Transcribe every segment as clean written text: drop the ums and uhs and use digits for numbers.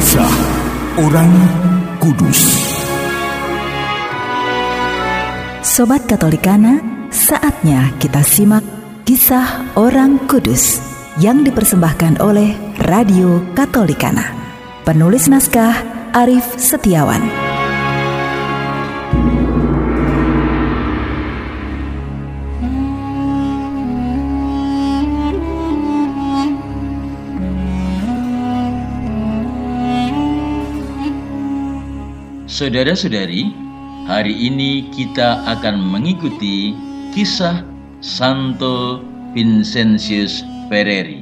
Kisah Orang Kudus. Sobat Katolikana, saatnya kita simak Kisah Orang Kudus yang dipersembahkan oleh Radio Katolikana. Penulis naskah Arif Setiawan. Saudara-saudari, hari ini kita akan mengikuti kisah Santo Vincentius Ferreri.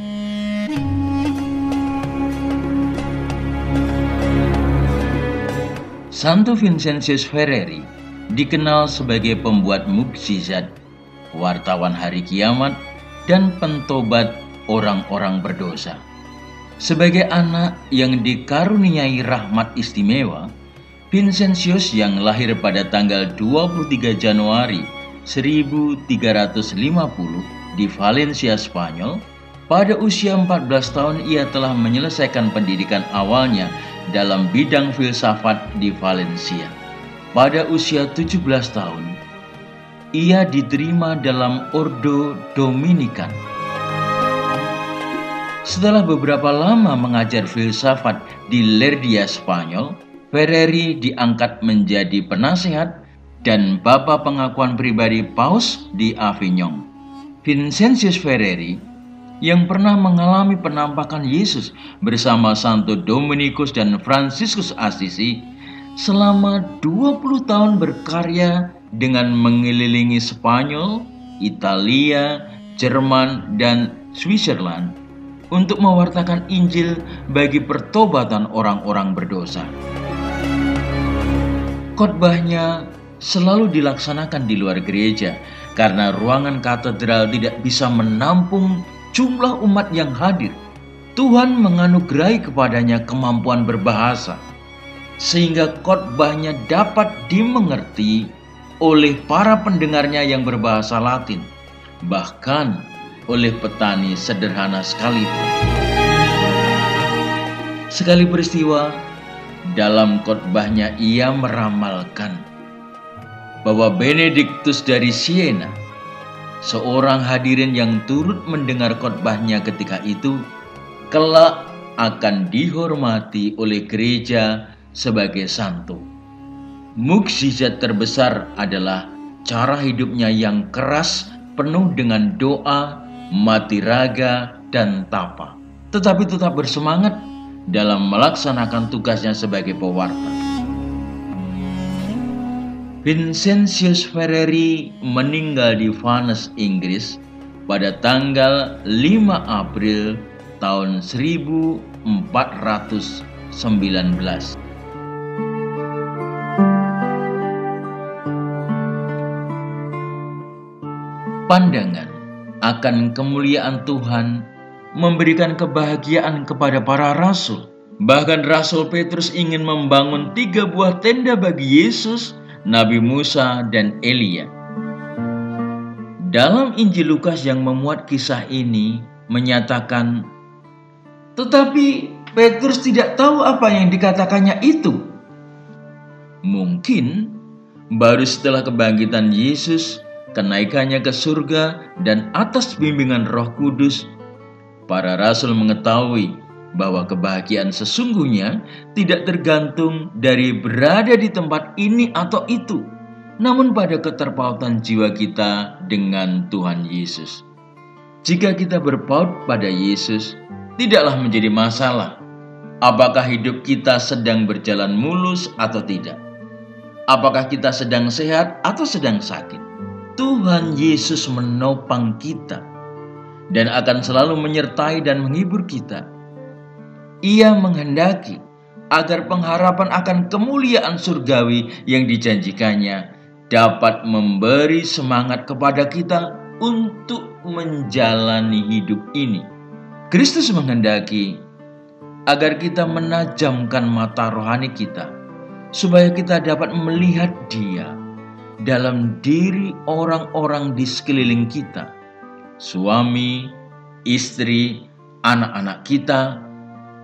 Santo Vincentius Ferreri dikenal sebagai pembuat mukjizat, wartawan hari kiamat, dan pentobat orang-orang berdosa. Sebagai anak yang dikaruniai rahmat istimewa, Vincentius yang lahir pada tanggal 23 Januari 1350 di Valencia, Spanyol, pada usia 14 tahun ia telah menyelesaikan pendidikan awalnya dalam bidang filsafat di Valencia. Pada usia 17 tahun, ia diterima dalam Ordo Dominican. Setelah beberapa lama mengajar filsafat di Lerdia, Spanyol, Ferreri diangkat menjadi penasehat dan bapa pengakuan pribadi Paus di Avignon. Vincentius Ferreri yang pernah mengalami penampakan Yesus bersama Santo Dominikus dan Fransiskus Assisi selama 20 tahun berkarya dengan mengelilingi Spanyol, Italia, Jerman, dan Switzerland untuk mewartakan Injil bagi pertobatan orang-orang berdosa. Khotbahnya selalu dilaksanakan di luar gereja karena ruangan katedral tidak bisa menampung jumlah umat yang hadir. Tuhan menganugerahi kepadanya kemampuan berbahasa sehingga khotbahnya dapat dimengerti oleh para pendengarnya yang berbahasa Latin, bahkan oleh petani sederhana sekalipun. Sekali peristiwa, dalam khotbahnya ia meramalkan bahwa Benediktus dari Siena, seorang hadirin yang turut mendengar khotbahnya ketika itu, kelak akan dihormati oleh gereja sebagai santo. Mukjizat terbesar adalah cara hidupnya yang keras, penuh dengan doa, mati raga, dan tapa, tetapi tetap bersemangat dalam melaksanakan tugasnya sebagai pewarta. Vincentius Ferreri meninggal di Vannes, Inggris pada tanggal 5 April tahun 1419. Pandangan akan kemuliaan Tuhan memberikan kebahagiaan kepada para rasul. Bahkan Rasul Petrus ingin membangun 3 buah tenda bagi Yesus, Nabi Musa, dan Elia. Dalam Injil Lukas yang memuat kisah ini menyatakan, tetapi Petrus tidak tahu apa yang dikatakannya itu. Mungkin baru setelah kebangkitan Yesus, kenaikannya ke surga, dan atas bimbingan Roh Kudus, para rasul mengetahui bahwa kebahagiaan sesungguhnya tidak tergantung dari berada di tempat ini atau itu, namun pada keterpautan jiwa kita dengan Tuhan Yesus. Jika kita berpaut pada Yesus, tidaklah menjadi masalah apakah hidup kita sedang berjalan mulus atau tidak, apakah kita sedang sehat atau sedang sakit. Tuhan Yesus menopang kita dan akan selalu menyertai dan menghibur kita. Ia menghendaki agar pengharapan akan kemuliaan surgawi yang dijanjikannya dapat memberi semangat kepada kita untuk menjalani hidup ini. Kristus menghendaki agar kita menajamkan mata rohani kita supaya kita dapat melihat Dia dalam diri orang-orang di sekeliling kita, suami, istri, anak-anak kita,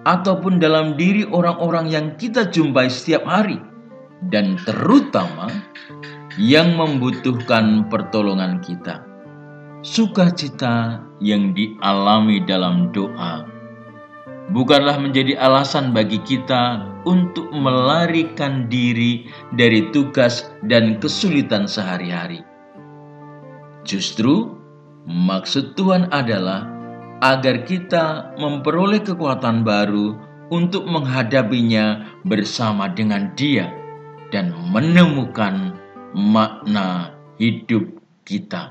ataupun dalam diri orang-orang yang kita jumpai setiap hari, dan terutama yang membutuhkan pertolongan kita. Sukacita yang dialami dalam doa bukanlah menjadi alasan bagi kita untuk melarikan diri dari tugas dan kesulitan sehari-hari. Justru maksud Tuhan adalah agar kita memperoleh kekuatan baru untuk menghadapinya bersama dengan Dia dan menemukan makna hidup kita.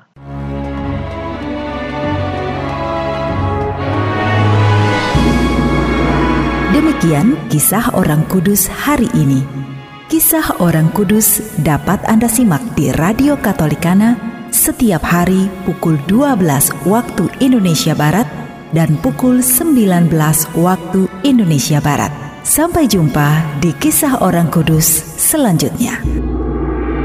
Demikian kisah orang kudus hari ini. Kisah orang kudus dapat Anda simak di Radio Katolikana setiap hari pukul 12 waktu Indonesia Barat dan pukul 19 waktu Indonesia Barat. Sampai jumpa di kisah orang kudus selanjutnya.